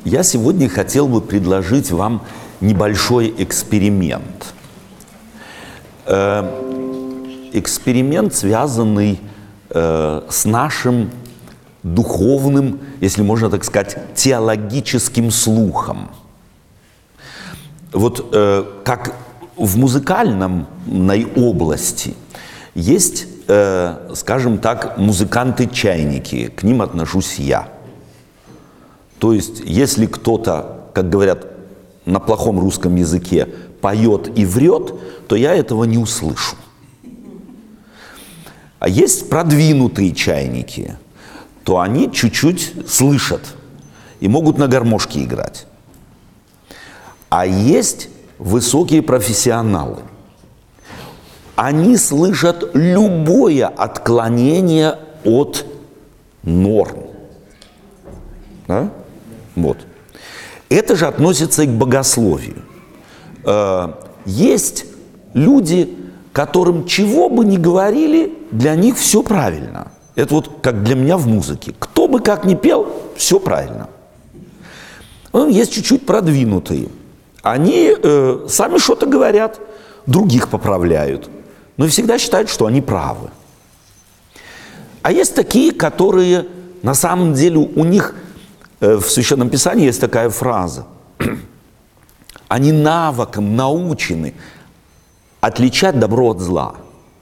Я сегодня хотел бы предложить вам небольшой эксперимент. Эксперимент, связанный с нашим духовным, если можно так сказать, теологическим слухом. Вот как в музыкальной области есть, скажем так, музыканты-чайники, к ним отношусь я. То есть, если кто-то, как говорят на плохом русском языке, поет и врет, то я этого не услышу. А есть продвинутые чайники, то они чуть-чуть слышат и могут на гармошке играть. А есть высокие профессионалы. Они слышат любое отклонение от норм. Да? Вот. Это же относится и к богословию. Есть люди, которым чего бы ни говорили, для них все правильно. Это вот как для меня в музыке. Кто бы как ни пел, все правильно. Есть чуть-чуть продвинутые. Они сами что-то говорят, других поправляют, но всегда считают, что они правы. А есть такие, которые на самом деле у них в Священном Писании есть такая фраза. Они навыком научены отличать добро от зла.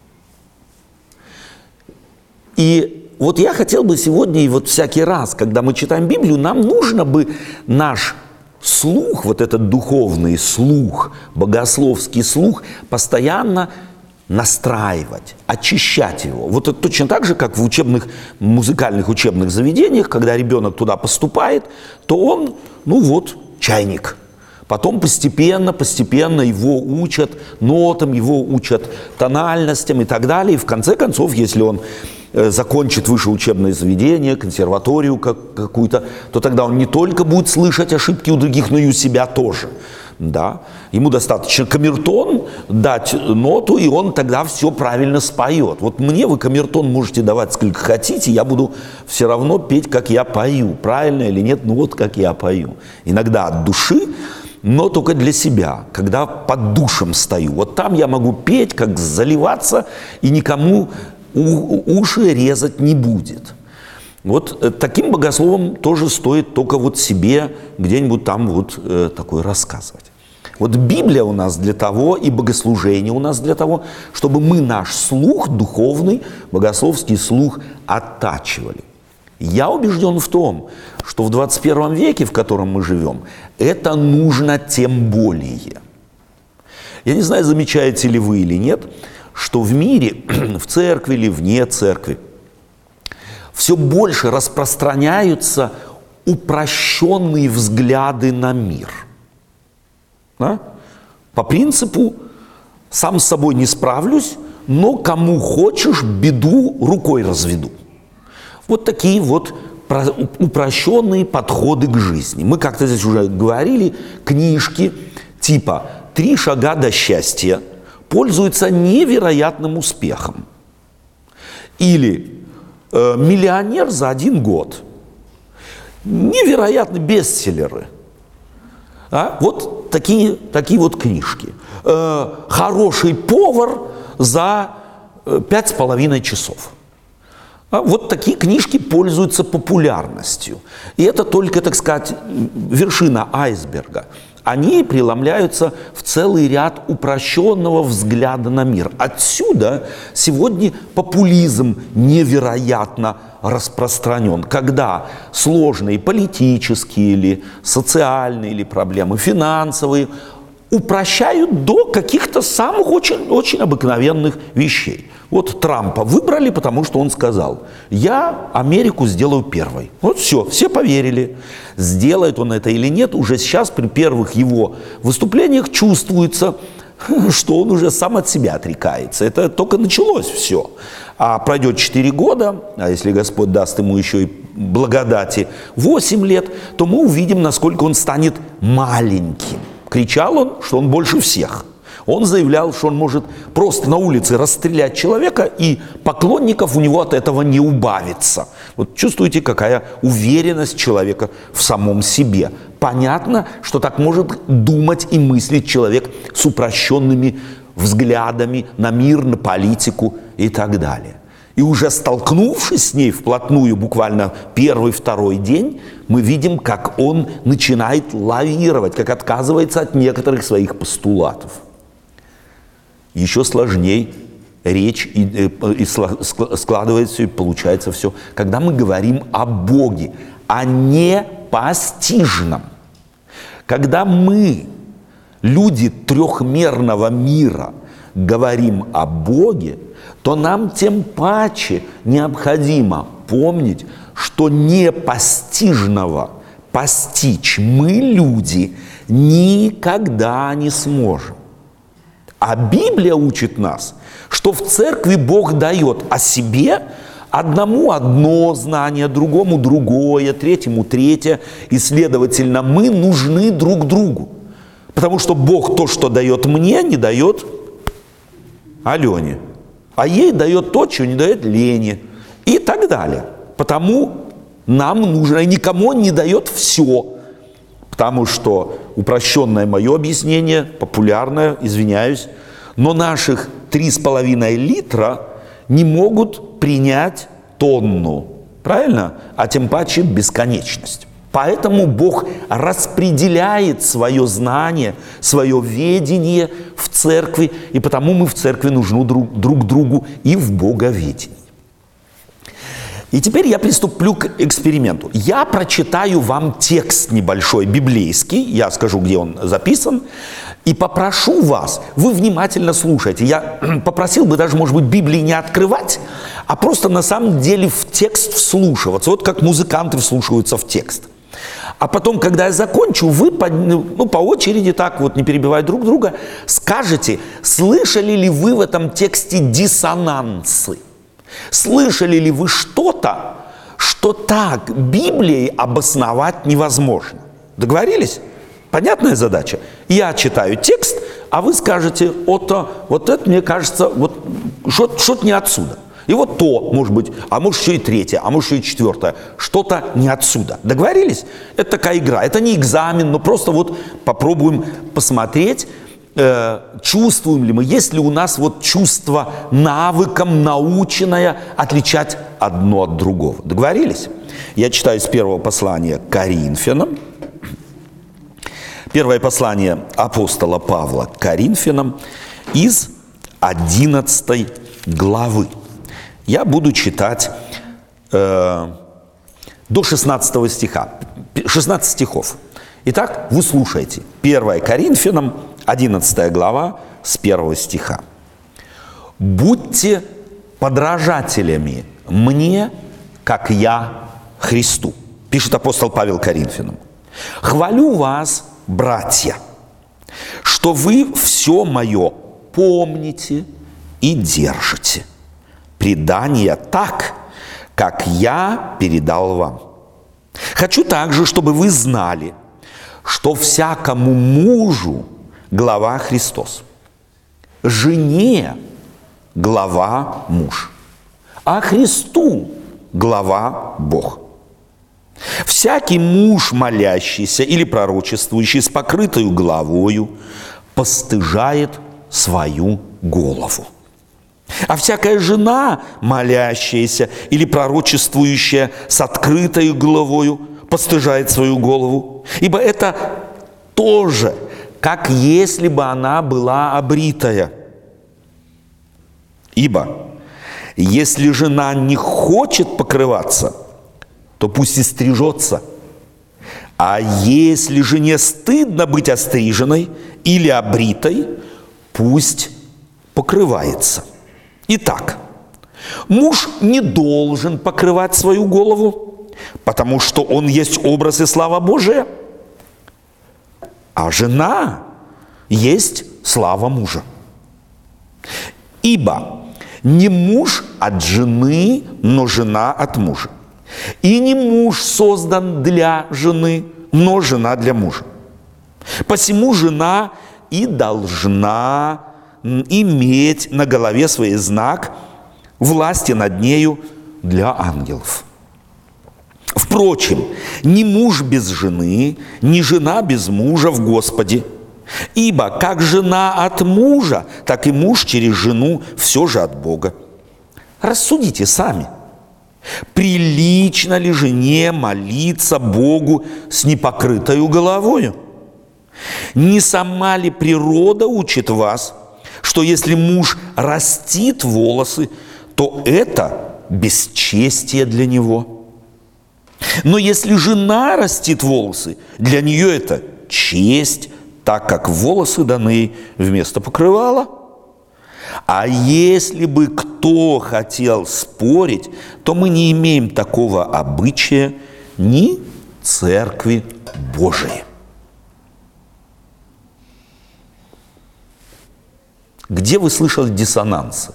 И вот я хотел бы сегодня и вот всякий раз, когда мы читаем Библию, нам нужно бы наш слух, вот этот духовный слух, богословский слух, постоянно настраивать, очищать его. Вот это точно так же, как в музыкальных учебных заведениях, когда ребенок туда поступает, то он, чайник. Потом постепенно его учат нотам, его учат тональностям и так далее. И в конце концов, если он закончит высшее учебное заведение, консерваторию какую-то, то тогда он не только будет слышать ошибки у других, но и у себя тоже. Да? Ему достаточно камертон дать ноту, и он тогда все правильно споет. Вот мне вы камертон можете давать сколько хотите, я буду все равно петь, как я пою. Правильно или нет, вот как я пою. Иногда от души, но только для себя, когда под душем стою. Вот там я могу петь, как заливаться, и никому уши резать не будет. Вот таким богословом тоже стоит только вот себе где-нибудь там такое рассказывать. Вот Библия у нас для того, и богослужение у нас для того, чтобы мы наш слух, духовный, богословский слух оттачивали. Я убежден в том, что в 21 веке, в котором мы живем, это нужно тем более. Я не знаю, замечаете ли вы или нет, что в мире, в церкви или вне церкви, все больше распространяются упрощенные взгляды на мир. Да? По принципу «сам с собой не справлюсь, но кому хочешь, беду рукой разведу». Вот такие вот упрощенные подходы к жизни. Мы как-то здесь уже говорили, книжки типа «3 шага до счастья» пользуются невероятным успехом. Или «Миллионер за 1 год». Невероятные бестселлеры. Вот такие вот книжки. «Хороший повар за 5,5 часов». Вот такие книжки пользуются популярностью. И это только, так сказать, вершина айсберга. Они преломляются в целый ряд упрощенного взгляда на мир. Отсюда сегодня популизм невероятно распространен, когда сложные политические или социальные или проблемы финансовые упрощают до каких-то самых очень обыкновенных вещей. Вот Трампа выбрали, потому что он сказал: я Америку сделаю первой. Вот все поверили. Сделает он это или нет, уже сейчас при первых его выступлениях чувствуется, что он уже сам от себя отрекается. Это только началось все. А пройдет 4 года, а если Господь даст ему еще и благодати 8 лет, то мы увидим, насколько он станет маленьким. Кричал он, что он больше всех. Он заявлял, что он может просто на улице расстрелять человека, и поклонников у него от этого не убавится. Вот чувствуете, какая уверенность человека в самом себе. Понятно, что так может думать и мыслить человек с упрощенными взглядами на мир, на политику и так далее. И уже столкнувшись с ней вплотную, буквально первый-второй день, мы видим, как он начинает лавировать, как отказывается от некоторых своих постулатов. Еще сложнее речь и складывается, и получается все, когда мы говорим о Боге, о непостижном. Когда мы, люди трехмерного мира, говорим о Боге, то нам тем паче необходимо помнить, что непостижного постичь мы, люди, никогда не сможем. А Библия учит нас, что в церкви Бог дает о себе одному одно знание, другому другое, третьему третье, и, следовательно, мы нужны друг другу. Потому что Бог то, что дает мне, не дает Алене. А ей дает то, что не дает Лене. И так далее. Потому нам нужно, и никому он не дает все. Потому что упрощенное мое объяснение, популярное, извиняюсь, но наших 3,5 литра не могут принять тонну. Правильно? А тем паче бесконечность. Поэтому Бог распределяет свое знание, свое ведение в церкви, и потому мы в церкви нужны друг другу и в боговедении. И теперь я приступлю к эксперименту. Я прочитаю вам текст небольшой, библейский, я скажу, где он записан, и попрошу вас, вы внимательно слушайте. Я попросил бы даже, может быть, Библии не открывать, а просто на самом деле в текст вслушиваться, вот как музыканты вслушиваются в текст. А потом, когда я закончу, вы по очереди, так вот, не перебивая друг друга, скажете, слышали ли вы в этом тексте диссонансы? Слышали ли вы что-то, что так Библией обосновать невозможно? Договорились? Понятная задача? Я читаю текст, а вы скажете, вот это, мне кажется, вот что-то не отсюда. И вот то, может быть, а может еще и третье, а может еще и четвертое. Что-то не отсюда. Договорились? Это такая игра. Это не экзамен, но просто вот попробуем посмотреть, чувствуем ли мы, есть ли у нас вот чувство навыком наученное отличать одно от другого. Договорились? Я читаю из первого послания к Коринфянам. Первое послание апостола Павла к Коринфянам из 11 главы. Я буду читать до 16 стиха, 16 стихов. Итак, вы слушайте. 1 Коринфянам, 11 глава, с 1 стиха. «Будьте подражателями мне, как я Христу», пишет апостол Павел Коринфянам. «Хвалю вас, братья, что вы все мое помните и держите. Предание так, как я передал вам. Хочу также, чтобы вы знали, что всякому мужу глава Христос, жене глава муж, а Христу глава Бог. Всякий муж, молящийся или пророчествующий с покрытою головою, постыжает свою голову. А всякая жена, молящаяся или пророчествующая с открытой головою, постыжает свою голову. Ибо это тоже, как если бы она была обритая. Ибо если жена не хочет покрываться, то пусть и стрижется. А если жене стыдно быть остриженной или обритой, пусть покрывается. Итак, муж не должен покрывать свою голову, потому что он есть образ и слава Божия, а жена есть слава мужа. Ибо не муж от жены, но жена от мужа. И не муж создан для жены, но жена для мужа. Посему жена и должна иметь на голове своей знак власти над нею для ангелов. Впрочем, ни муж без жены, ни жена без мужа в Господе. Ибо как жена от мужа, так и муж через жену все же от Бога. Рассудите сами. Прилично ли жене молиться Богу с непокрытою головою? Не сама ли природа учит вас, что если муж растит волосы, то это бесчестие для него? Но если жена растит волосы, для нее это честь, так как волосы даны вместо покрывала. А если бы кто хотел спорить, то мы не имеем такого обычая ни Церкви Божией. Где вы слышали диссонансы?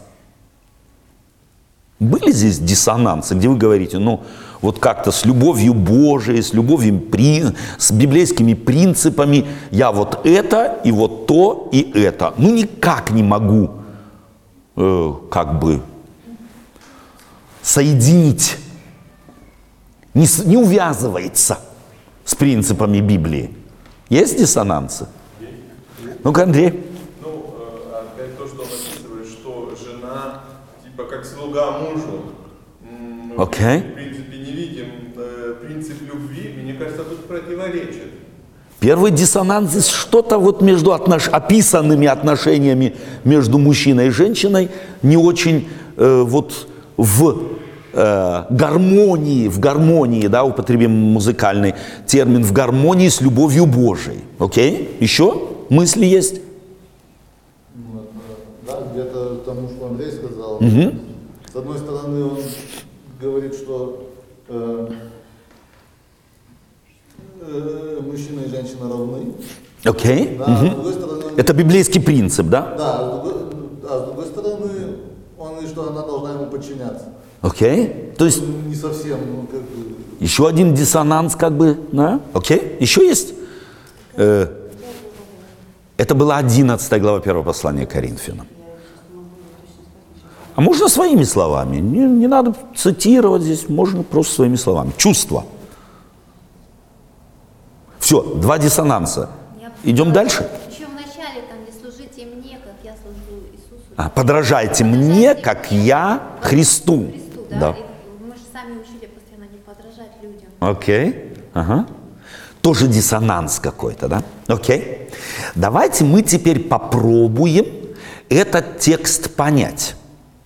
Были здесь диссонансы, где вы говорите, ну, вот как-то с любовью Божией, с любовью, с библейскими принципами я вот это, и вот то, и это. Ну, никак не могу как бы соединить, не увязывается с принципами Библии. Есть диссонансы? Ну-ка, Андрей. Ну, опять то, что он описывает, что жена, типа, как слуга мужу. Окей. В принципе, не видим принцип любви, мне кажется, тут противоречит. Первый диссонанс – что-то вот между описанными отношениями между мужчиной и женщиной не очень вот в гармонии, да, употребим музыкальный термин, в гармонии с любовью Божией. Окей? Еще мысли есть? Да, где-то тому, что Андрей сказал. С одной стороны, он говорит, что мужчина и женщина равны. Окей. Да, с другой стороны, Это библейский принцип, да? Да, с другой стороны, он говорит, что она должна ему подчиняться. Окей. То есть Не совсем, ну, как бы... еще один диссонанс, как бы, да? Окей. Еще есть? Это была 11 глава 1 послания к Коринфянам. А можно своими словами? Не надо цитировать здесь, можно просто своими словами. Чувство. Все, два диссонанса. Идем дальше? Еще в начале, там, не служите мне, как я служу Иисусу. Подражайте мне, как я Христу. Да. И мы же сами учили постоянно не подражать людям. Окей. Ага. Тоже диссонанс какой-то, да? Окей. Давайте мы теперь попробуем этот текст понять.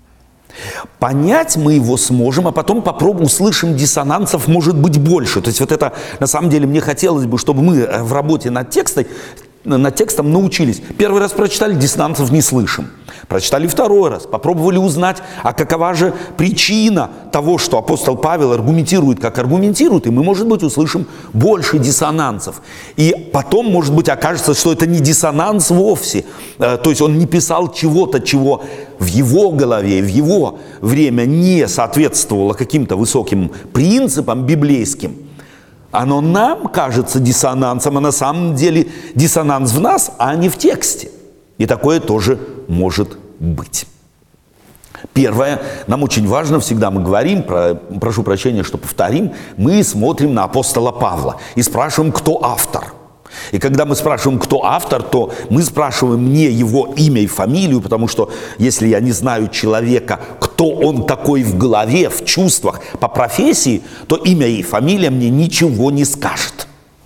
Понять мы его сможем, а потом попробуем, услышим, диссонансов может быть больше. То есть вот это, на самом деле, мне хотелось бы, чтобы мы в работе над текстом научились. Первый раз прочитали, диссонансов не слышим. Прочитали второй раз, попробовали узнать, а какова же причина того, что апостол Павел аргументирует, как аргументирует, и мы, может быть, услышим больше диссонансов. И потом, может быть, окажется, что это не диссонанс вовсе. То есть он не писал чего-то, чего в его голове, в его время не соответствовало каким-то высоким принципам библейским. Оно нам кажется диссонансом, а на самом деле диссонанс в нас, а не в тексте. И такое тоже может быть. Первое, нам очень важно, всегда мы говорим, прошу прощения, что повторим, мы смотрим на апостола Павла и спрашиваем, кто автор. И когда мы спрашиваем, кто автор, то мы спрашиваем не его имя и фамилию, потому что если я не знаю человека, кто он такой в голове, в чувствах, по профессии, то имя и фамилия мне ничего не скажет.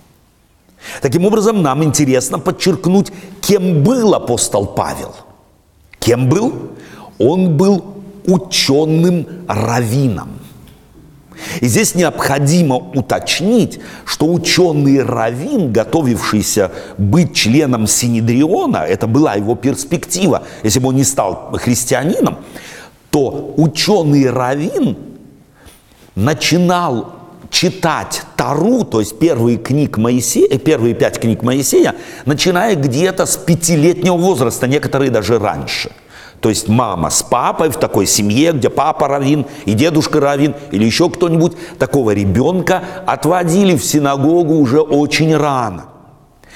Таким образом, нам интересно подчеркнуть, кем был апостол Павел. Кем был? Он был ученым раввином. И здесь необходимо уточнить, что ученый раввин, готовившийся быть членом Синедриона, это была его перспектива, если бы он не стал христианином, то ученый раввин начинал читать Тору, то есть первые 5 книг Моисея, начиная где-то с 5-летнего возраста, некоторые даже раньше. То есть мама с папой в такой семье, где папа раввин и дедушка раввин, или еще кто-нибудь, такого ребенка отводили в синагогу уже очень рано.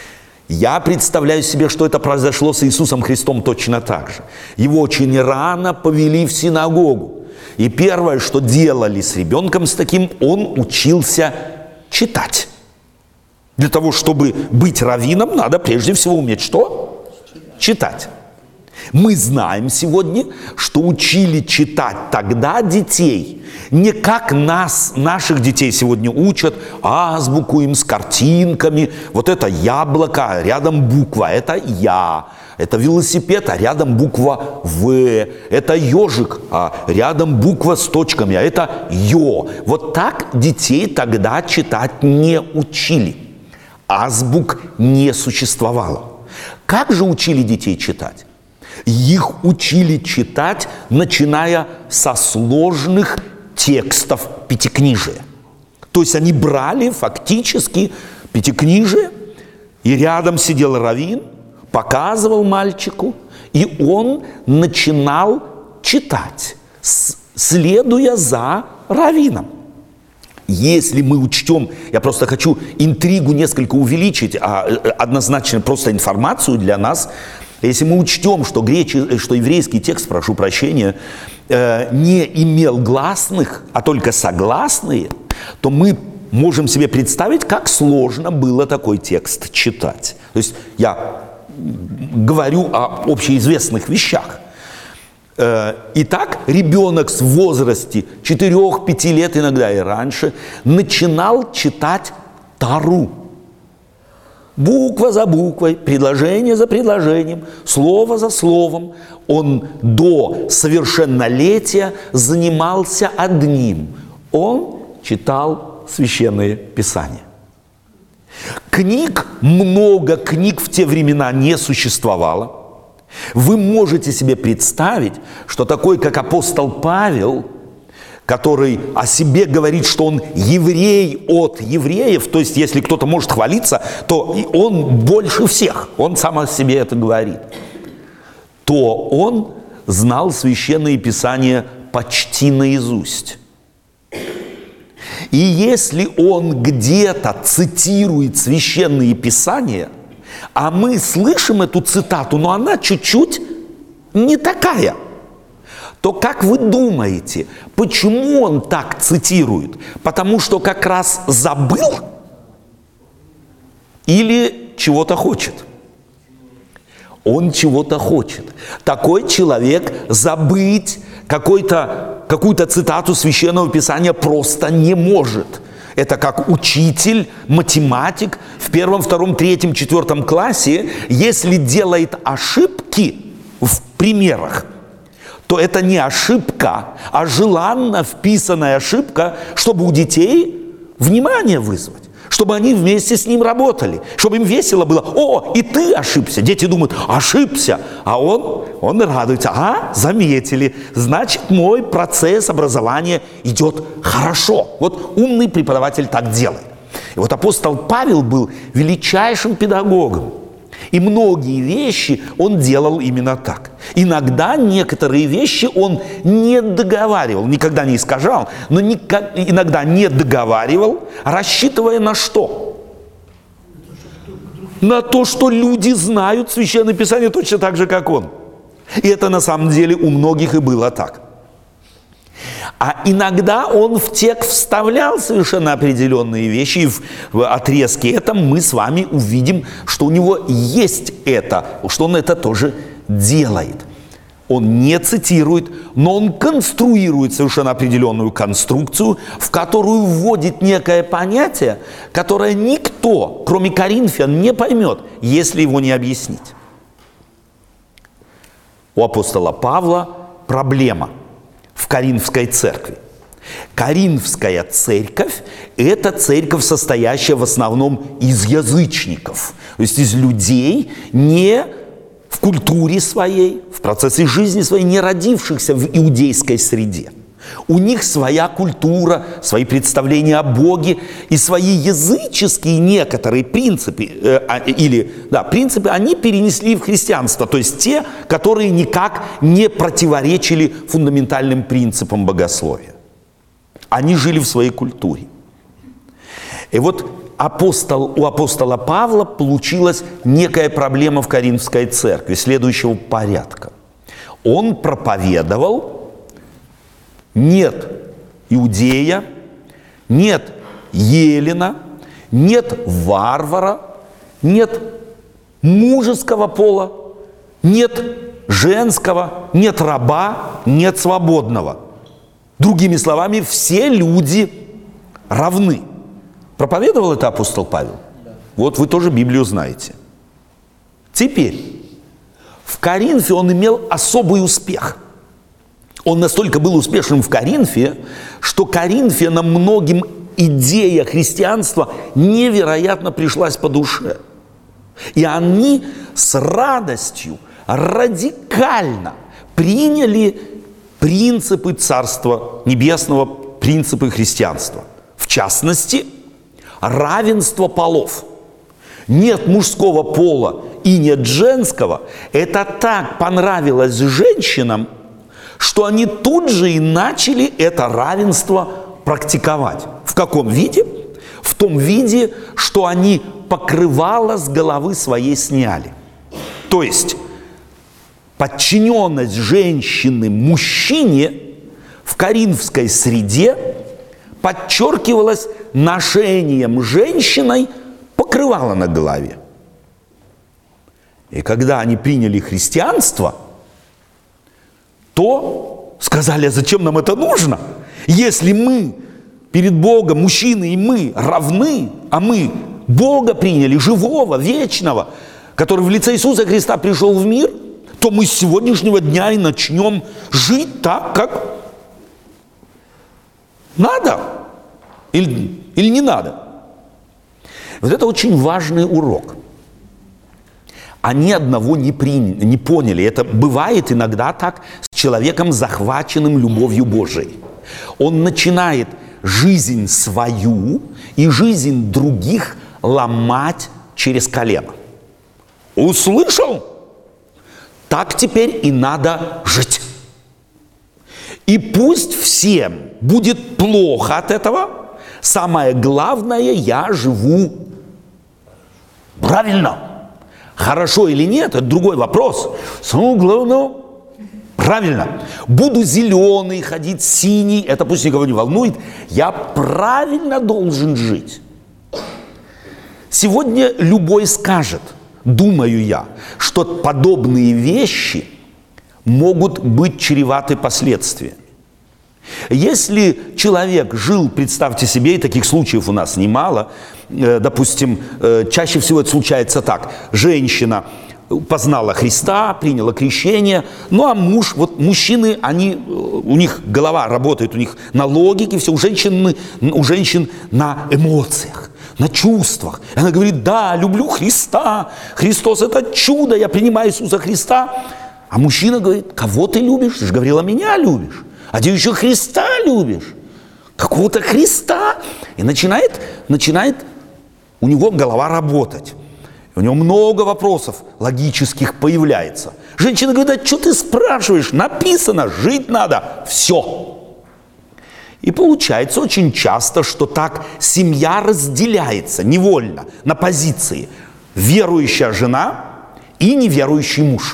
Я представляю себе, что это произошло с Иисусом Христом точно так же. Его очень рано повели в синагогу. И первое, что делали с ребенком с таким, он учился читать. Для того, чтобы быть раввином, надо прежде всего уметь что? Читать. Мы знаем сегодня, что учили читать тогда детей, не как наших детей сегодня учат азбуку им с картинками. Вот это яблоко, а рядом буква, это я. Это велосипед, а рядом буква В. Это ежик, а рядом буква с точками, а это Ё. Вот так детей тогда читать не учили. Азбук не существовало. Как же учили детей читать? Их учили читать, начиная со сложных текстов пятикнижия. То есть они брали фактически пятикнижие, и рядом сидел раввин, показывал мальчику, и он начинал читать, следуя за раввином. Если мы учтем, я просто хочу интригу несколько увеличить, а однозначно просто информацию для нас. Если мы учтем, что еврейский текст, прошу прощения, не имел гласных, а только согласные, то мы можем себе представить, как сложно было такой текст читать. То есть я говорю о общеизвестных вещах. Итак, ребенок в возрасте 4-5 лет, иногда и раньше, начинал читать Тору. Буква за буквой, предложение за предложением, слово за словом. Он до совершеннолетия занимался одним. Он читал Священное Писание. Много книг в те времена не существовало. Вы можете себе представить, что такой, как апостол Павел, который о себе говорит, что он еврей от евреев, то есть если кто-то может хвалиться, то он больше всех, он сам о себе это говорит, то он знал Священное Писание почти наизусть. И если он где-то цитирует Священное Писание, а мы слышим эту цитату, но она чуть-чуть не такая, то как вы думаете, почему он так цитирует? Потому что как раз забыл или чего-то хочет? Он чего-то хочет. Такой человек забыть какую-то цитату Священного Писания просто не может. Это как учитель, математик в 1, 2, 3, 4 классе, если делает ошибки в примерах, то это не ошибка, а желанно вписанная ошибка, чтобы у детей внимание вызвать, чтобы они вместе с ним работали, чтобы им весело было. О, и ты ошибся. Дети думают, ошибся, а он радуется. Заметили, значит, мой процесс образования идет хорошо. Вот умный преподаватель так делает. И вот апостол Павел был величайшим педагогом. И многие вещи он делал именно так. Иногда некоторые вещи он не договаривал, никогда не искажал, но иногда не договаривал, рассчитывая на что? На то, что люди знают Священное Писание точно так же, как он. И это на самом деле у многих и было так. А иногда он в текст вставлял совершенно определенные вещи, и в отрезке это мы с вами увидим, что у него есть это, что он это тоже делает. Он не цитирует, но он конструирует совершенно определенную конструкцию, в которую вводит некое понятие, которое никто, кроме коринфян, не поймет, если его не объяснить. У апостола Павла проблема в Коринфской церкви. Коринфская церковь – это церковь, состоящая в основном из язычников, то есть из людей, не в культуре своей, в процессе жизни своей, не родившихся в иудейской среде. У них своя культура, свои представления о Боге и свои языческие некоторые принципы, принципы они перенесли в христианство, то есть те, которые никак не противоречили фундаментальным принципам богословия. Они жили в своей культуре. И вот у апостола Павла получилась некая проблема в Коринфской церкви следующего порядка. Он проповедовал: нет иудея, нет еллина, нет варвара, нет мужеского пола, нет женского, нет раба, нет свободного. Другими словами, все люди равны. Проповедовал это апостол Павел? Да. Вот вы тоже Библию знаете. Теперь, в Коринфе он имел особый успех. Он настолько был успешным в Коринфе, что Коринфянам многим идея христианства невероятно пришлась по душе. И они с радостью, радикально приняли принципы Царства Небесного, принципы христианства. В частности, равенство полов. Нет мужского пола и нет женского. Это так понравилось женщинам, что они тут же и начали это равенство практиковать. В каком виде? В том виде, что они покрывало с головы своей сняли. То есть подчиненность женщины мужчине в коринфской среде подчеркивалась ношением женщиной покрывала на голове. И когда они приняли христианство, то сказали: а зачем нам это нужно? Если мы перед Богом, мужчины и мы равны, а мы Бога приняли, живого, вечного, который в лице Иисуса Христа пришел в мир, то мы с сегодняшнего дня и начнем жить так, как надо или не надо. Вот это очень важный урок. Они одного не поняли. Это бывает иногда так с человеком, захваченным любовью Божией. Он начинает жизнь свою и жизнь других ломать через колено. Услышал? Так теперь и надо жить. И пусть всем будет плохо от этого, самое главное, я живу правильно. Хорошо или нет, это другой вопрос. Самое главное, правильно. Буду зеленый, ходить синий, это пусть никого не волнует. Я правильно должен жить. Сегодня любой скажет, думаю я, что подобные вещи могут быть чреваты последствиями. Если человек жил, представьте себе, и таких случаев у нас немало, допустим, чаще всего это случается так: женщина познала Христа, приняла крещение, ну а муж, вот мужчины, у них голова работает, у них на логике, все, у женщин на эмоциях, на чувствах. И она говорит: да, люблю Христа, Христос это чудо, я принимаю Иисуса Христа. А мужчина говорит: кого ты любишь? Ты же говорила, меня любишь. А ты еще Христа любишь. Какого-то Христа. И начинает у него голова работать. У него много вопросов логических появляется. Женщина говорит: а что ты спрашиваешь? Написано, жить надо. Все. И получается очень часто, что так семья разделяется невольно на позиции: верующая жена и неверующий муж.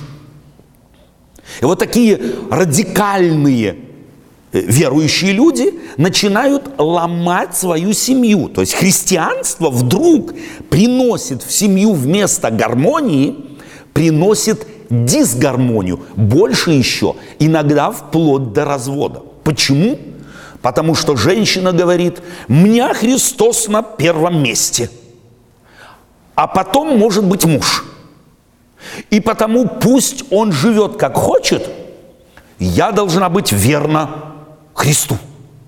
И вот такие радикальные верующие люди начинают ломать свою семью. То есть христианство вдруг приносит в семью вместо гармонии, приносит дисгармонию. Больше еще, иногда вплоть до развода. Почему? Потому что женщина говорит: «Меня Христос на первом месте». А потом может быть муж. И потому пусть он живет как хочет, я должна быть верна Христу.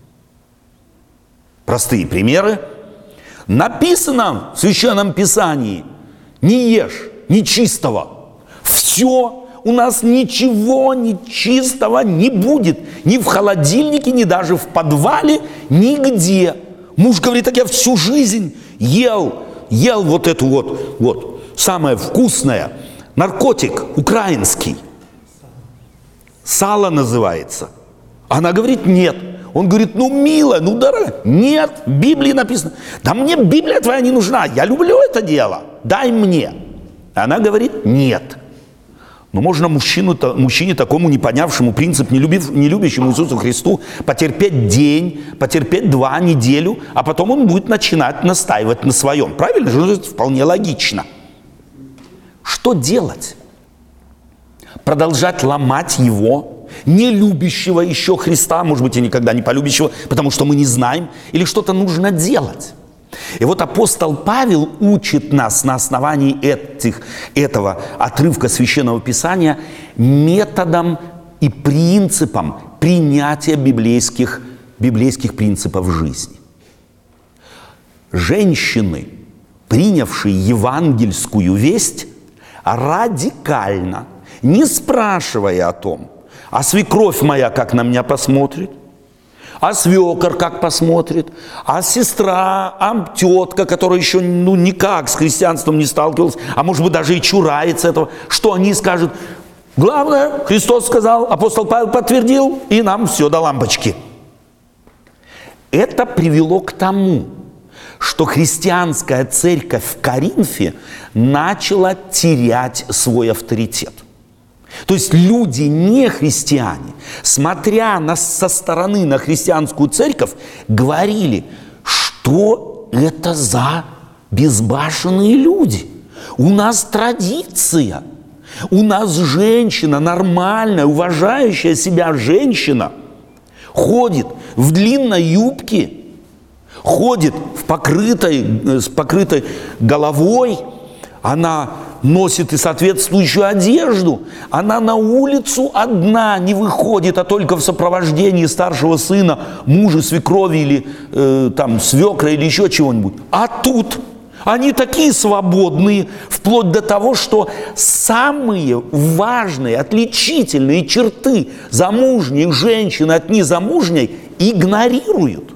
Простые примеры. Написано в Священном Писании: не ешь нечистого. Все, у нас ничего нечистого не будет. Ни в холодильнике, ни даже в подвале, нигде. Муж говорит: так я всю жизнь ел вот эту вот самое вкусное. Наркотик украинский. Сало называется. Она говорит: нет, Он говорит, ну, милая, ну, дорогая. Нет, в Библии написано, да мне Библия твоя не нужна, я люблю это дело, дай мне. Она говорит, нет. Но можно мужчине такому, не понявшему принцип, не любящему Иисусу Христу, потерпеть день, потерпеть 2 неделю, а потом он будет начинать настаивать на своем. Правильно же? Это вполне логично. Что делать? Продолжать ломать его, не любящего еще Христа, может быть, и никогда не полюбящего, потому что мы не знаем, или что-то нужно делать? И вот апостол Павел учит нас на основании этого отрывка Священного Писания методам и принципам принятия библейских принципов жизни. Женщины, принявшие евангельскую весть, радикально, не спрашивая о том, а свекровь моя как на меня посмотрит, а свекор как посмотрит, а сестра, а тетка, которая еще никак с христианством не сталкивалась, а может быть даже и чурается этого, что они скажут? Главное, Христос сказал, апостол Павел подтвердил, и нам все до лампочки. Это привело к тому, что христианская церковь в Коринфе начала терять свой авторитет. То есть люди, не христиане, смотря со стороны на христианскую церковь, говорили, что это за безбашенные люди. У нас традиция, у нас женщина, нормальная, уважающая себя женщина, ходит в длинной юбке, ходит с покрытой головой, она носит и соответствующую одежду, она на улицу одна не выходит, а только в сопровождении старшего сына, мужа, свекрови или свекра или еще чего-нибудь. А тут они такие свободные, вплоть до того, что самые важные, отличительные черты замужней женщины от незамужней игнорируют.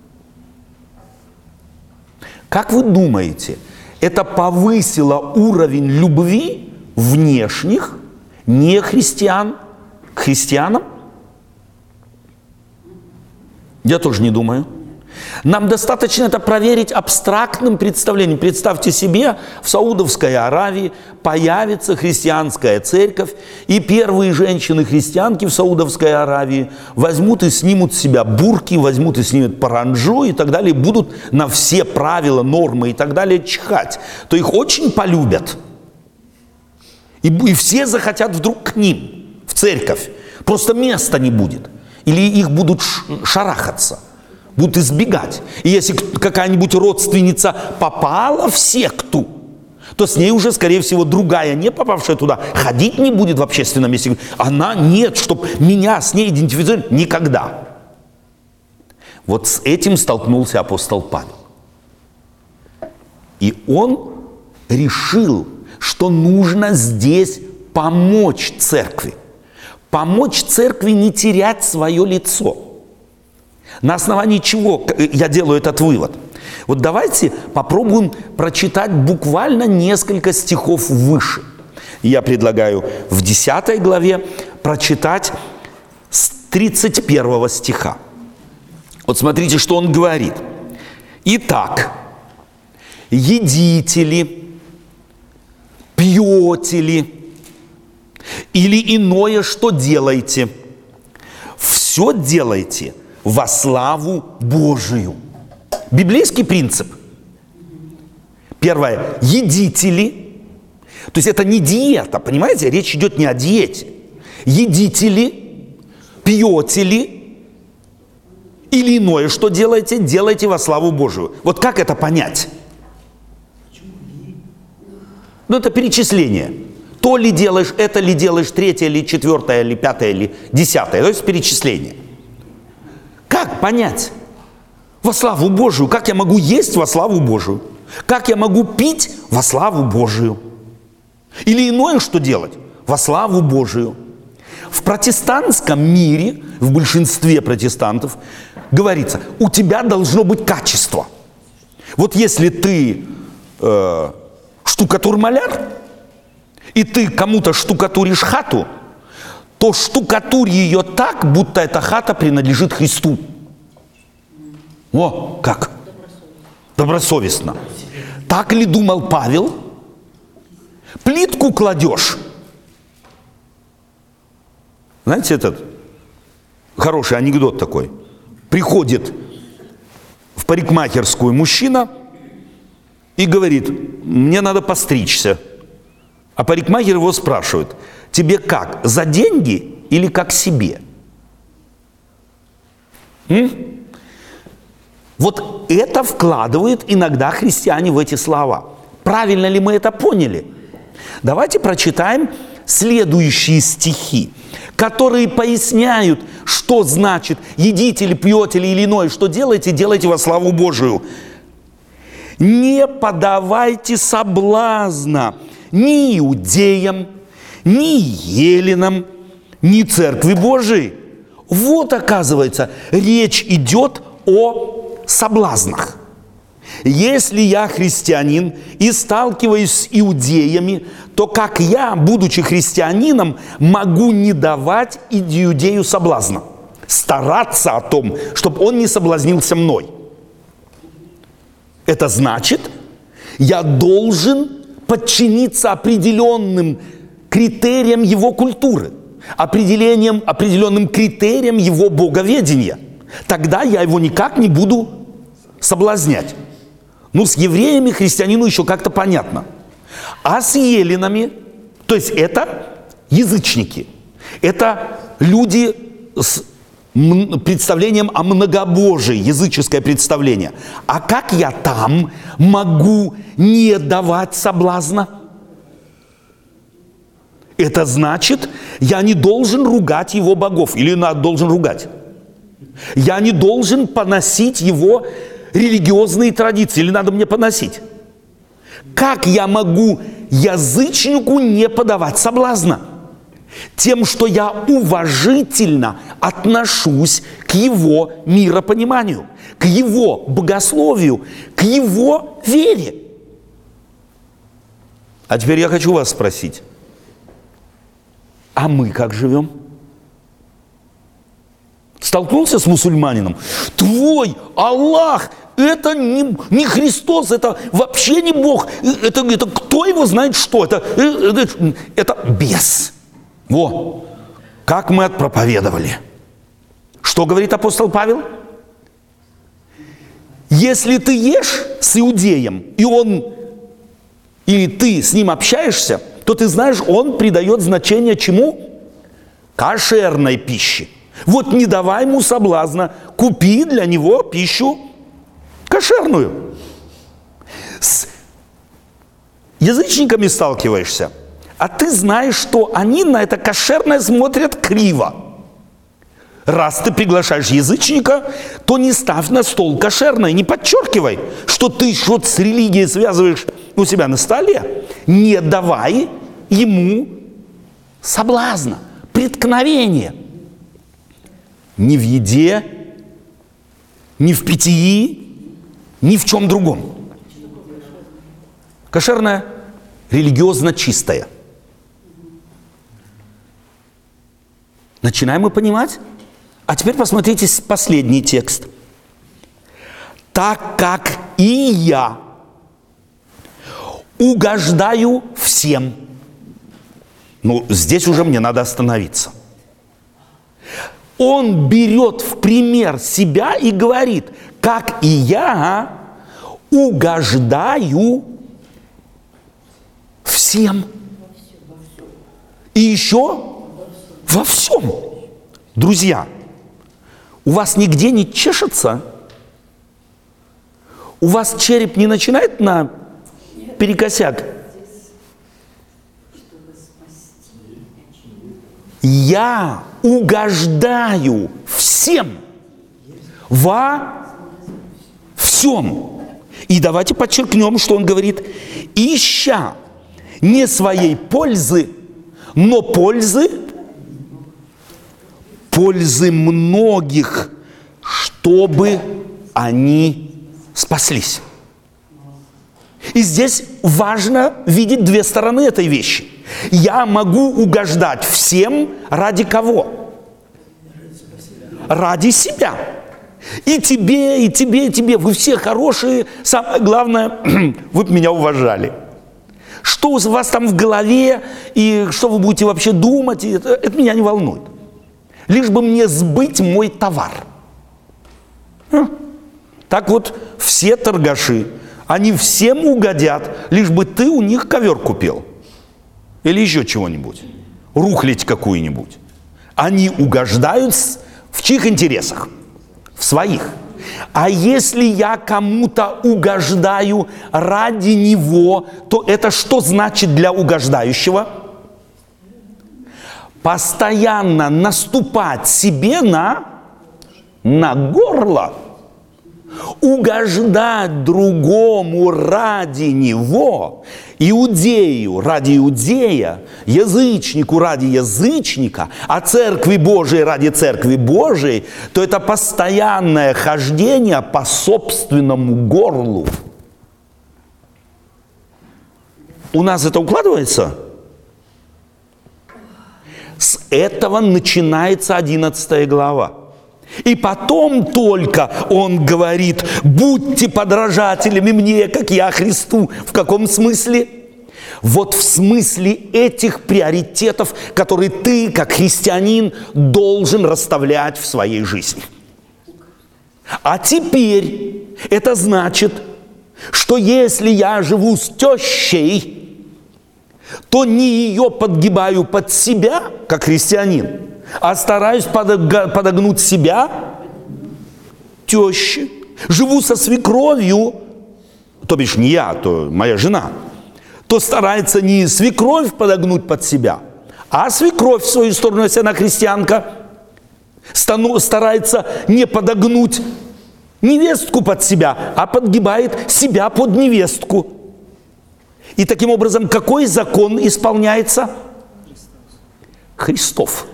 Как вы думаете, это повысило уровень любви внешних нехристиан к христианам? Я тоже не думаю. Нам достаточно это проверить абстрактным представлением. Представьте себе, в Саудовской Аравии появится христианская церковь, и первые женщины-христианки в Саудовской Аравии возьмут и снимут с себя бурки, возьмут и снимут паранджу и так далее, будут на все правила, нормы и так далее чихать. То их очень полюбят. И все захотят вдруг к ним, в церковь. Просто места не будет. Или их будут шарахаться. Будут избегать. И если какая-нибудь родственница попала в секту, то с ней уже, скорее всего, другая, не попавшая туда, ходить не будет в общественном месте. Она нет, чтобы меня с ней идентифицировать, никогда. Вот с этим столкнулся апостол Павел. И он решил, что нужно здесь помочь церкви. Помочь церкви не терять свое лицо. На основании чего я делаю этот вывод? Вот давайте попробуем прочитать буквально несколько стихов выше. Я предлагаю в 10 главе прочитать с 31 стиха. Вот смотрите, что он говорит. «Итак, едите ли, пьете ли, или иное, что делаете, все делайте во славу Божию». Библейский принцип. Первое. Едите ли. То есть это не диета, понимаете? Речь идет не о диете. Едите ли, пьете ли, или иное, что делаете, делайте во славу Божию. Вот как это понять? Ну, это перечисление. То ли делаешь, это ли делаешь, 3-е или 4-е, или 5-е, или 10-е. То есть перечисление. Как понять? Во славу Божию. Как я могу есть во славу Божию? Как я могу пить во славу Божию? Или иное, что делать? Во славу Божию. В протестантском мире, в большинстве протестантов, говорится, у тебя должно быть качество. Вот если ты штукатур-маляр, и ты кому-то штукатуришь хату, то штукатурь ее так, будто эта хата принадлежит Христу. О, как? Добросовестно. Так ли думал Павел? Плитку кладешь. Знаете, этот хороший анекдот такой. Приходит в парикмахерскую мужчина и говорит: мне надо постричься. А парикмахер его спрашивает: тебе как, за деньги или как себе? Вот это вкладывают иногда христиане в эти слова. Правильно ли мы это поняли? Давайте прочитаем следующие стихи, которые поясняют, что значит едите ли, пьете ли или иное, что делаете, делайте во славу Божию. Не подавайте соблазна ни иудеям, ни еленам, ни церкви Божией. Вот, оказывается, речь идет о соблазнах. Если я христианин и сталкиваюсь с иудеями, то как я, будучи христианином, могу не давать иудею соблазна? Стараться о том, чтобы он не соблазнился мной. Это значит, я должен подчиниться определенным критериям его культуры, определенным критериям его боговедения. Тогда я его никак не буду соблазнять. Ну, с евреями христианину еще как-то понятно. А с еленами, то есть это язычники, это люди с представлением о многобожии, языческое представление. А как я там могу не давать соблазна? Это значит, я не должен ругать его богов. Или должен ругать. Я не должен поносить его религиозные традиции. Или надо мне поносить? Как я могу язычнику не подавать соблазна? Тем, что я уважительно отношусь к его миропониманию, к его богословию, к его вере. А теперь я хочу вас спросить, а мы как живем? Столкнулся с мусульманином? Твой Аллах, это не Христос, это вообще не Бог. Это кто его знает что? Это бес. Во, как мы отпроповедовали. Что говорит апостол Павел? Если ты ешь с иудеем, и ты с ним общаешься, то ты знаешь, он придает значение чему? Кошерной пище. Вот не давай ему соблазна, купи для него пищу кошерную. С язычниками сталкиваешься, а ты знаешь, что они на это кошерное смотрят криво. Раз ты приглашаешь язычника, то не ставь на стол кошерное, не подчеркивай, что ты что-то с религией связываешь у себя на столе. Не давай ему соблазна, преткновения. Ни в еде, ни в питьи, ни в чем другом. Кошерное, религиозно чистое. Начинаем мы понимать? А теперь посмотрите последний текст. Так как и я угождаю всем. Ну, здесь уже мне надо остановиться. Он берет в пример себя и говорит, как и я угождаю всем. И еще во всем. Друзья, у вас нигде не чешется? У вас череп не начинает на перекосяк? Я угождаю всем во всем. И давайте подчеркнем, что он говорит, ища не своей пользы, но пользы многих, чтобы они спаслись. И здесь важно видеть две стороны этой вещи. Я могу угождать всем ради кого? Ради себя. И тебе, и тебе, и тебе. Вы все хорошие. Самое главное, вы бы меня уважали. Что у вас там в голове, и что вы будете вообще думать, это меня не волнует. Лишь бы мне сбыть мой товар. Так вот, все торгаши, они всем угодят, лишь бы ты у них ковер купил. Или еще чего-нибудь. Рухлядь какую-нибудь. Они угождают в чьих интересах? В своих. А если я кому-то угождаю ради него, то это что значит для угождающего? Постоянно наступать себе на горло. Угождать другому ради него, иудею ради иудея, язычнику ради язычника, а церкви Божией ради церкви Божией, то это постоянное хождение по собственному горлу. У нас это укладывается? С этого начинается 11 глава. И потом только он говорит: будьте подражателями мне, как я Христу. В каком смысле? Вот в смысле этих приоритетов, которые ты, как христианин, должен расставлять в своей жизни. А теперь это значит, что если я живу с тещей, то не ее подгибаю под себя, как христианин, а стараюсь подогнуть себя теще. Живу со свекровью, то бишь не я, то моя жена, то старается не свекровь подогнуть под себя, а свекровь в свою сторону, если она христианка, старается не подогнуть невестку под себя, а подгибает себя под невестку. И таким образом какой закон исполняется? Христов.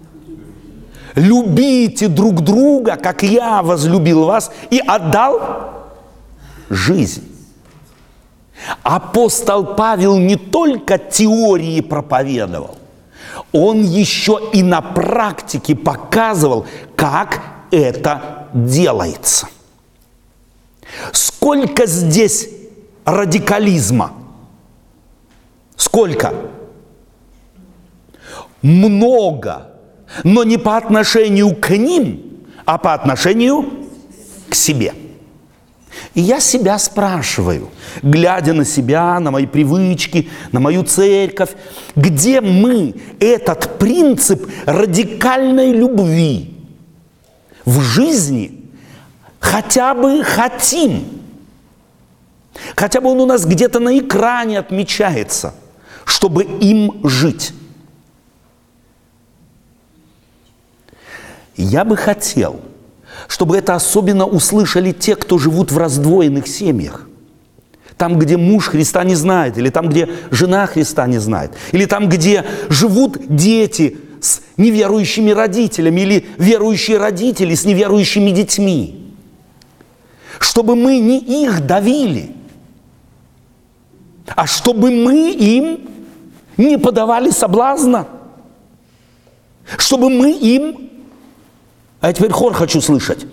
Любите друг друга, как я возлюбил вас и отдал жизнь. Апостол Павел не только теории проповедовал, он еще и на практике показывал, как это делается. Сколько здесь радикализма? Сколько? Много. Но не по отношению к ним, а по отношению к себе. И я себя спрашиваю, глядя на себя, на мои привычки, на мою церковь, где мы этот принцип радикальной любви в жизни хотя бы хотим. Хотя бы он у нас где-то на экране отмечается, чтобы им жить. Я бы хотел, чтобы это особенно услышали те, кто живут в раздвоенных семьях. Там, где муж Христа не знает, или там, где жена Христа не знает, или там, где живут дети с неверующими родителями, или верующие родители с неверующими детьми. Чтобы мы не их давили, а чтобы мы им не подавали соблазна, чтобы мы им... А теперь хор хочу слышать.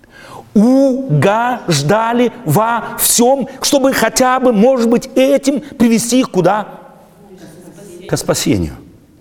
Угождали во всем, чтобы хотя бы, может быть, этим привести их куда? К спасению.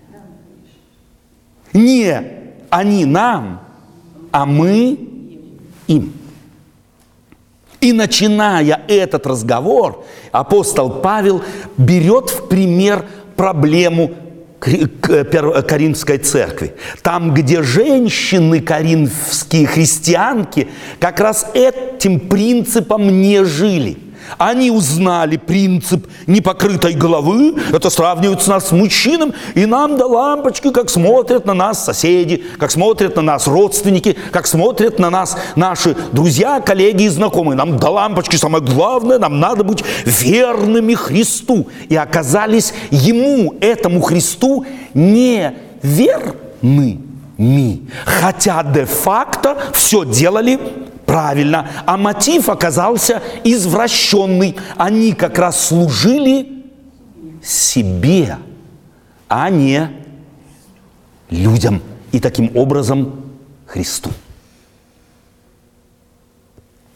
Не они нам, а мы им. И начиная этот разговор, апостол Павел берет в пример проблему Коринфской церкви. Там, где женщины коринфские христианки как раз этим принципом не жили. Они узнали принцип непокрытой головы, это сравнивают нас с мужчинами, и нам до лампочки, как смотрят на нас соседи, как смотрят на нас родственники, как смотрят на нас наши друзья, коллеги и знакомые. Нам до лампочки самое главное, нам надо быть верными Христу. И оказались ему, этому Христу, не верными, хотя де-факто все делали правильно, а мотив оказался извращенный. Они как раз служили себе, а не людям, и таким образом Христу.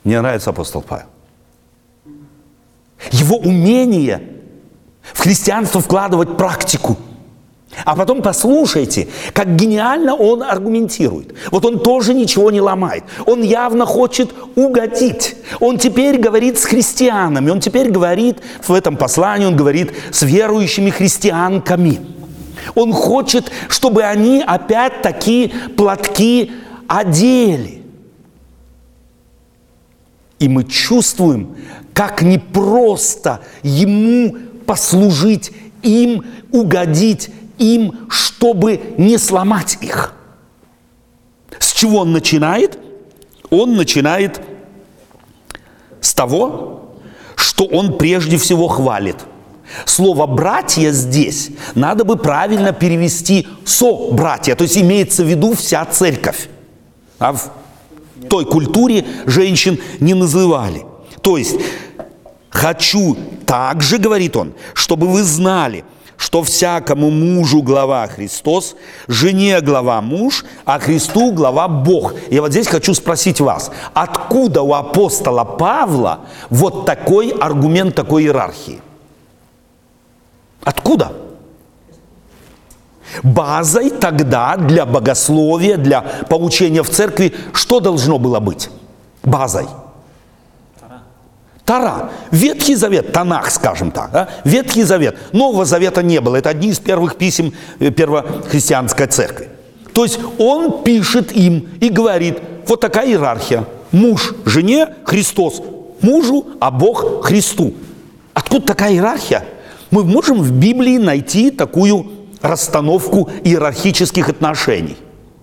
Мне нравится апостол Павел. Его умение в христианство вкладывать практику. А потом послушайте, как гениально он аргументирует. Вот он тоже ничего не ломает. Он явно хочет угодить. Он теперь говорит с христианами. Он теперь говорит в этом послании, он говорит с верующими христианками. Он хочет, чтобы они опять такие платки одели. И мы чувствуем, как непросто ему послужить им, угодить им, чтобы не сломать их. С чего он начинает? Он начинает с того, что он прежде всего хвалит. Слово «братья» здесь надо бы правильно перевести «со-братья», то есть имеется в виду вся церковь. А в той культуре женщин не называли. То есть «хочу также, — говорит он, — чтобы вы знали, что всякому мужу глава Христос, жене глава муж, а Христу глава Бог». Я вот здесь хочу спросить вас, откуда у апостола Павла вот такой аргумент такой иерархии? Откуда? Базой тогда для богословия, для поучения в церкви, что должно было быть? Базой. Тора. Ветхий Завет, Танах, скажем так. Да? Ветхий Завет. Нового Завета не было. Это одни из первых писем первохристианской церкви. То есть он пишет им и говорит, вот такая иерархия. Муж жене, Христос мужу, а Бог Христу. Откуда такая иерархия? Мы можем в Библии найти такую расстановку иерархических отношений?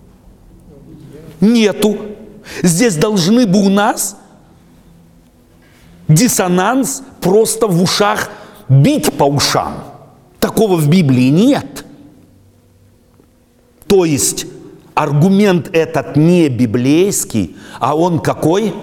Нету. Здесь должны бы у нас диссонанс просто в ушах бить по ушам. Такого в Библии нет. То есть аргумент этот не библейский, а он какой?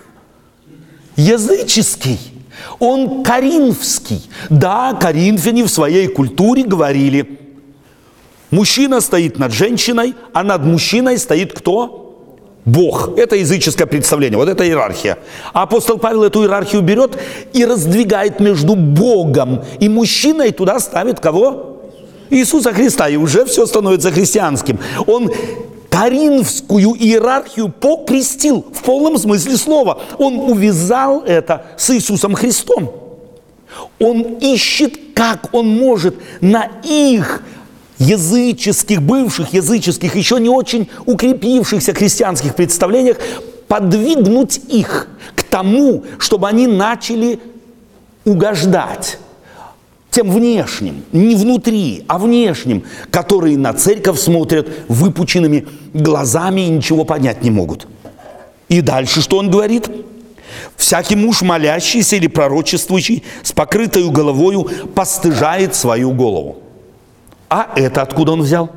Языческий. Он коринфский. Да, коринфяне в своей культуре говорили, мужчина стоит над женщиной, а над мужчиной стоит кто? Бог. Это языческое представление, вот это иерархия. А апостол Павел эту иерархию берет и раздвигает между Богом и мужчиной, туда ставит кого? Иисуса Христа, и уже все становится христианским. Он коринфскую иерархию покрестил в полном смысле слова. Он увязал это с Иисусом Христом. Он ищет, как он может на их языческих, бывших языческих, еще не очень укрепившихся христианских представлениях подвигнуть их к тому, чтобы они начали угождать тем внешним, не внутри, а внешним, которые на церковь смотрят выпученными глазами и ничего понять не могут. И дальше что он говорит? «Всякий муж, молящийся или пророчествующий с покрытою головою, постыжает свою голову». А это откуда он взял?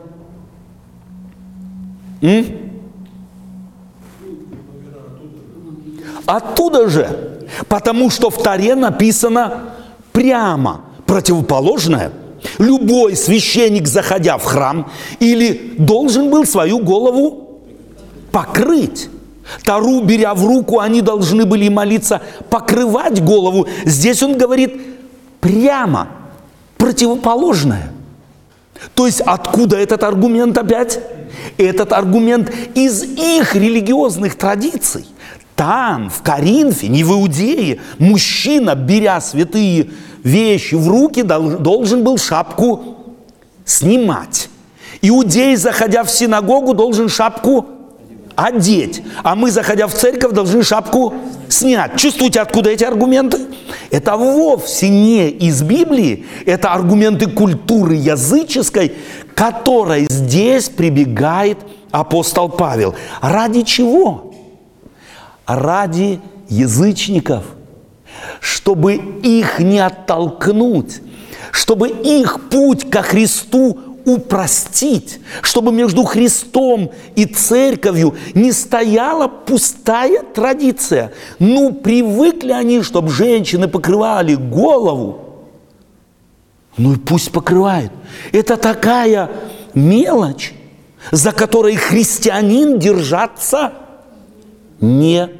Оттуда же. Потому что в Торе написано прямо противоположное. Любой священник, заходя в храм, или должен был свою голову покрыть. Тору, беря в руку, они должны были молиться, покрывать голову. Здесь он говорит прямо противоположное. То есть откуда этот аргумент опять? Этот аргумент из их религиозных традиций. Там, в Коринфе, не в Иудее, мужчина, беря святые вещи в руки, должен был шапку снимать. Иудей, заходя в синагогу, должен шапку одеть. А мы, заходя в церковь, должны шапку снять. Чувствуете, откуда эти аргументы? Это вовсе не из Библии. Это аргументы культуры языческой, к которой здесь прибегает апостол Павел. Ради чего? Ради язычников. Чтобы их не оттолкнуть. Чтобы их путь ко Христу упростить, чтобы между Христом и церковью не стояла пустая традиция. Ну, привыкли они, чтобы женщины покрывали голову. Ну и пусть покрывают. Это такая мелочь, за которой христианин держаться не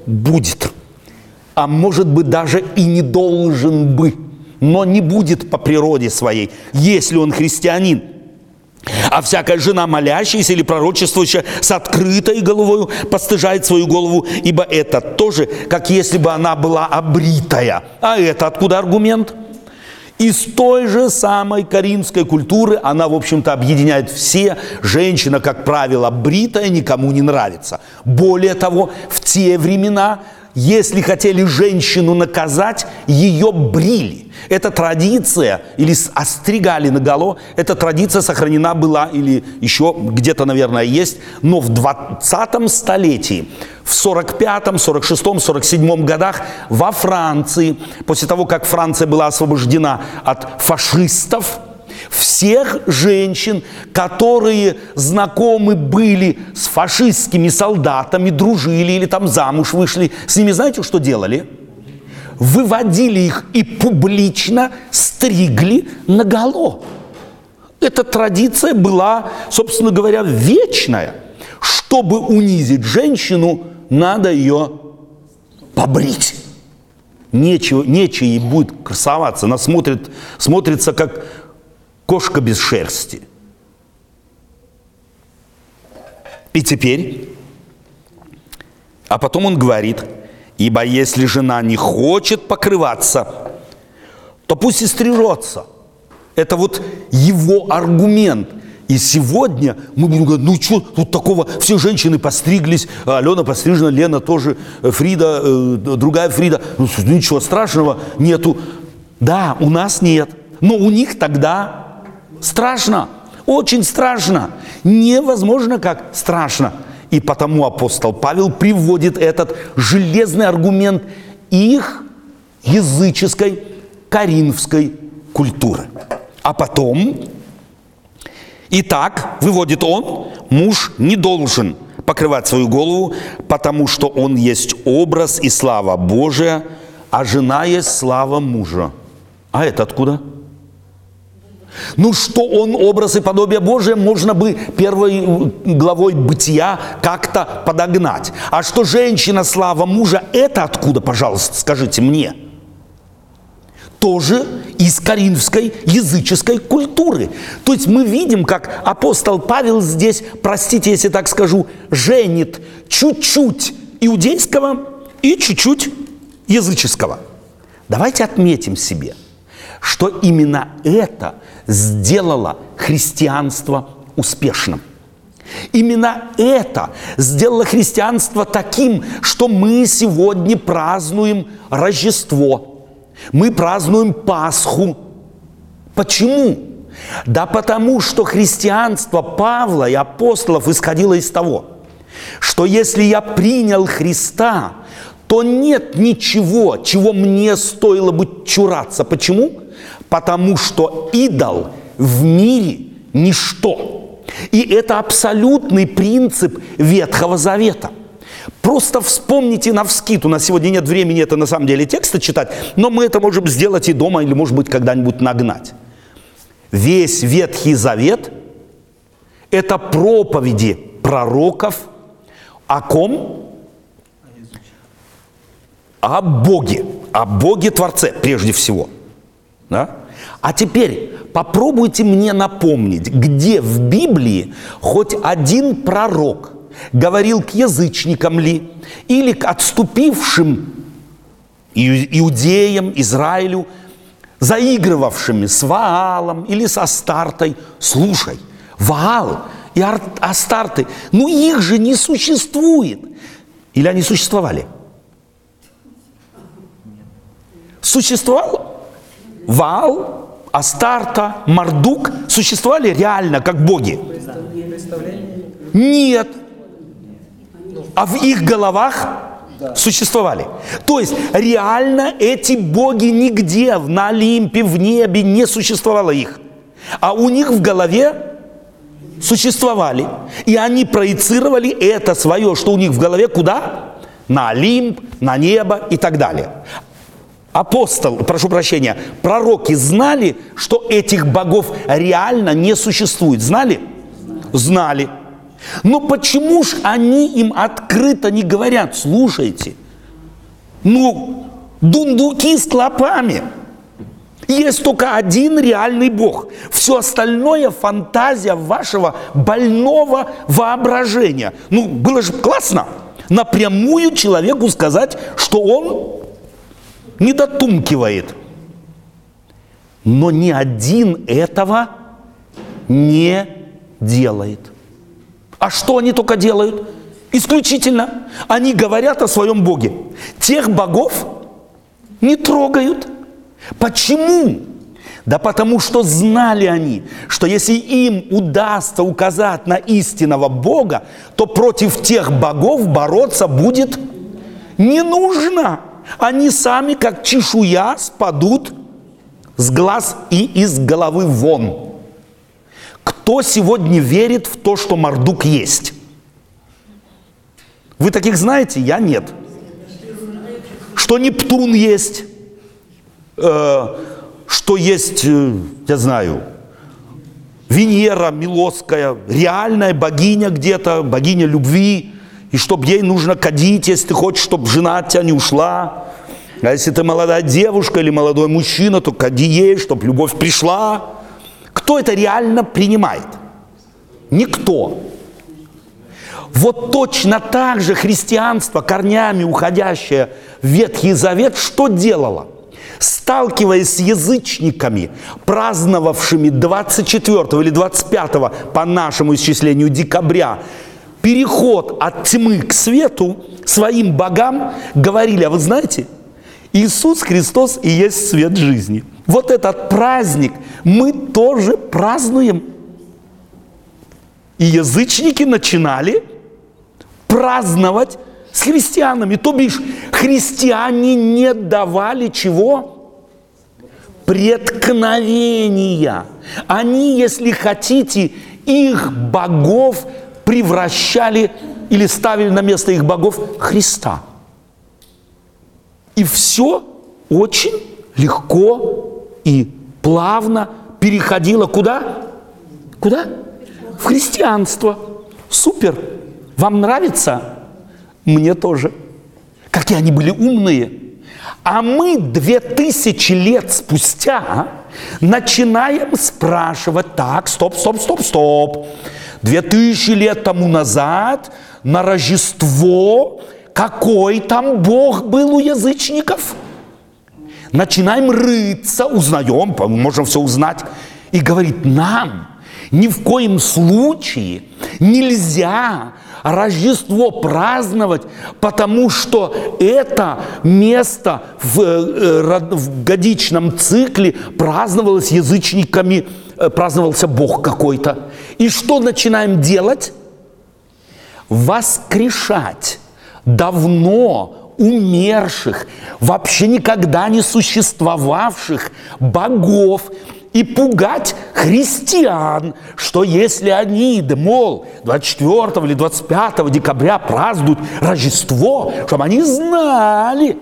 будет. А может быть, даже и не должен бы, но не будет по природе своей, если он христианин. А всякая жена, молящаяся или пророчествующая с открытой головою, постыжает свою голову, ибо это тоже, как если бы она была обритая. А это откуда аргумент? Из той же самой коринфской культуры, она, в общем-то, объединяет все. Женщина, как правило, бритая, никому не нравится. Более того, в те времена, если хотели женщину наказать, ее брили. Эта традиция, или остригали наголо, эта традиция сохранена была, или еще где-то, наверное, есть, но в 20 столетии, в 45-м, 46-м, 47-м годах во Франции, после того, как Франция была освобождена от фашистов, всех женщин, которые знакомы были с фашистскими солдатами, дружили или там замуж вышли, с ними знаете, что делали? Выводили их и публично стригли наголо. Эта традиция была, собственно говоря, вечная. Чтобы унизить женщину, надо ее побрить. Нечего ей будет красоваться. Она смотрится как кошка без шерсти. И теперь, а потом он говорит: ибо если жена не хочет покрываться, то пусть и стрижется. Это вот его аргумент. И сегодня мы будем говорить: ну что тут такого, все женщины постриглись, Алена пострижена, Лена тоже, Фрида, другая Фрида, ну ничего страшного нету. Да, у нас нет, но у них тогда страшно, очень страшно, невозможно как страшно. И потому апостол Павел приводит этот железный аргумент их языческой коринфской культуры. А потом, итак, выводит он: муж не должен покрывать свою голову, потому что он есть образ и слава Божия, а жена есть слава мужа. А это откуда? Ну, что он образ и подобие Божие, можно бы первой главой Бытия как-то подогнать. А что женщина слава мужа, это откуда, пожалуйста, скажите мне? Тоже из коринфской языческой культуры. То есть мы видим, как апостол Павел здесь, простите, если так скажу, женит чуть-чуть иудейского и чуть-чуть языческого. Давайте отметим себе, что именно это сделало христианство успешным. Именно это сделало христианство таким, что мы сегодня празднуем Рождество, мы празднуем Пасху. Почему? Да потому что христианство Павла и апостолов исходило из того, что если я принял Христа, то нет ничего, чего мне стоило бы чураться. Почему? Потому что идол в мире – ничто. И это абсолютный принцип Ветхого Завета. Просто вспомните навскид. У нас сегодня нет времени это на самом деле тексты читать, но мы это можем сделать и дома, или, может быть, когда-нибудь нагнать. Весь Ветхий Завет – это проповеди пророков о ком? О Боге Творце прежде всего. Да? А теперь попробуйте мне напомнить, где в Библии хоть один пророк говорил к язычникам ли, или к отступившим иудеям, Израилю, заигрывавшими с Ваалом или с Астартой: слушай, Ваал и Астарты, ну их же не существует. Или они существовали? Существовал Ваал, Астарта, Мардук, существовали реально как боги? Нет. А в их головах существовали. То есть реально эти боги нигде на Олимпе, в небе не существовало их. А у них в голове существовали. И они проецировали это свое, что у них в голове, куда? На Олимп, на небо и так далее. Пророки знали, что этих богов реально не существует. Знали? Знали. Но почему ж они им открыто не говорят: слушайте, Ну, дундуки с клопами. Есть только один реальный Бог. Все остальное фантазия вашего больного воображения. Ну, было же классно напрямую человеку сказать, что он не дотумкивает. Но ни один этого не делает. А что они только делают? Исключительно они говорят о своем Боге. Тех богов не трогают. Почему? Да потому что знали они, что если им удастся указать на истинного Бога, то против тех богов бороться будет не нужно. Они сами, как чешуя, спадут с глаз и из головы вон. Кто сегодня верит в то, что Мардук есть? Вы таких знаете? Я нет. Что Нептун есть? Что есть, я знаю, Венера Милосская, реальная богиня где-то, богиня любви, и чтобы ей нужно кадить, если ты хочешь, чтобы жена от тебя не ушла. А если ты молодая девушка или молодой мужчина, то кади ей, чтобы любовь пришла. Кто это реально принимает? Никто. Вот точно так же христианство, корнями уходящее в Ветхий Завет, что делало? Сталкиваясь с язычниками, праздновавшими 24 или 25 по нашему исчислению декабря переход от тьмы к свету, своим богам говорили: а вы знаете, Иисус Христос и есть свет жизни. Вот этот праздник мы тоже празднуем. И язычники начинали праздновать с христианами. То бишь, христиане не давали чего? Преткновения. Они, если хотите, их богов превращали или ставили на место их богов Христа. И все очень легко и плавно переходило куда? Куда? В христианство. Супер. Вам нравится? Мне тоже. Какие они были умные. А мы 2000 лет спустя начинаем спрашивать: так, стоп. 2000 лет тому назад на Рождество какой там Бог был у язычников? Начинаем рыться, узнаем, можем все узнать. И говорит: нам ни в коем случае нельзя Рождество праздновать, потому что это место в годичном цикле праздновалось язычниками, праздновался Бог какой-то. И что начинаем делать? Воскрешать давно умерших, вообще никогда не существовавших богов и пугать христиан, что если они, мол, 24 или 25 декабря празднуют Рождество, чтобы они знали,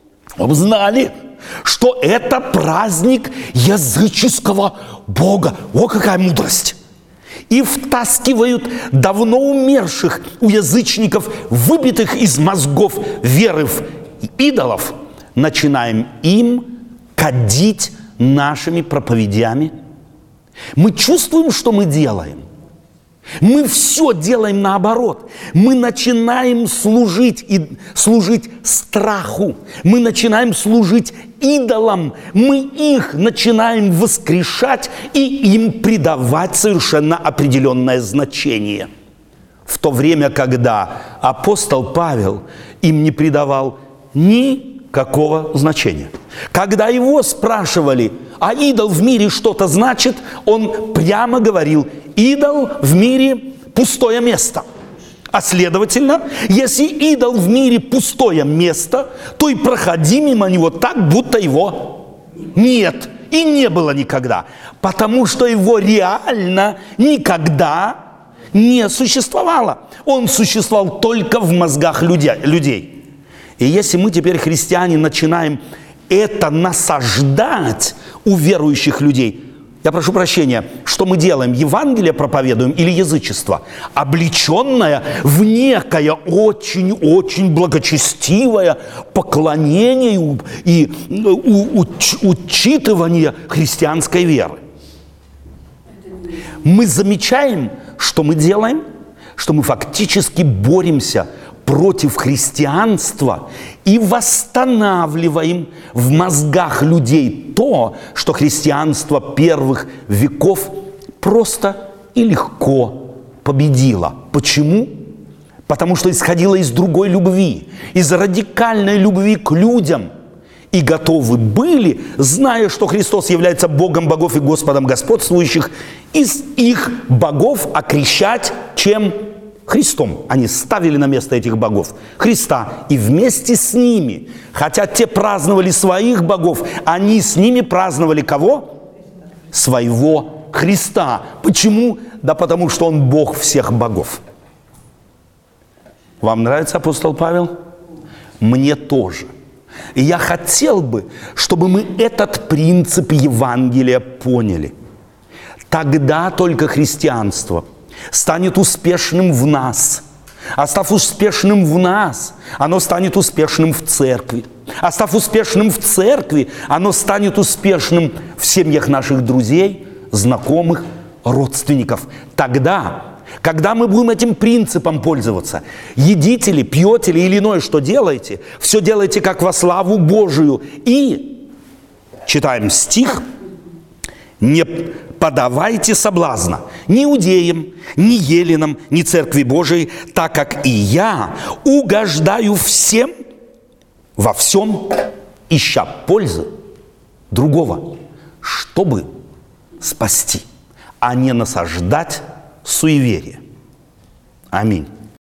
что это праздник языческого Бога. О, какая мудрость! И втаскивают давно умерших у язычников, выбитых из мозгов веры в идолов, начинаем им кадить нашими проповедями. Мы чувствуем, что мы делаем. Мы все делаем наоборот. Мы начинаем служить страху. Мы начинаем служить идолам. Мы их начинаем воскрешать и им придавать совершенно определенное значение. В то время, когда апостол Павел им не придавал никакого значения. Когда его спрашивали: а идол в мире что-то значит, он прямо говорил: идол в мире пустое место. А следовательно, если идол в мире пустое место, то и проходи мимо него так, будто его нет и не было никогда. Потому что его реально никогда не существовало. Он существовал только в мозгах людей. И если мы теперь, христиане, начинаем это насаждать у верующих людей, я прошу прощения, что что мы делаем? Евангелие проповедуем или язычество? Облеченное в некое очень-очень благочестивое поклонение и учитывание христианской веры. Мы замечаем, что мы делаем, что мы фактически боремся против христианства и восстанавливаем в мозгах людей то, что христианство первых веков просто и легко победило. Почему? Потому что исходило из другой любви, из радикальной любви к людям. И готовы были, зная, что Христос является Богом богов и Господом господствующих, из их богов окрещать чем? Христом. Они ставили на место этих богов Христа. И вместе с ними, хотя те праздновали своих богов, они с ними праздновали кого? Своего Христа. Почему? Да потому что Он Бог всех богов. Вам нравится апостол Павел? Мне тоже. И я хотел бы, чтобы мы этот принцип Евангелия поняли. Тогда только христианство станет успешным в нас. А став успешным в нас, оно станет успешным в церкви. А став успешным в церкви, оно станет успешным в семьях наших друзей, знакомых, родственников. Тогда, когда мы будем этим принципом пользоваться, едите ли, пьете ли или иное, что делаете, все делайте как во славу Божию. И, читаем стих, не подавайте соблазна ни иудеям, ни еленам, ни церкви Божией, так как и я угождаю всем во всем, ища пользы другого, чтобы спасти, а не насаждать суеверие. Аминь.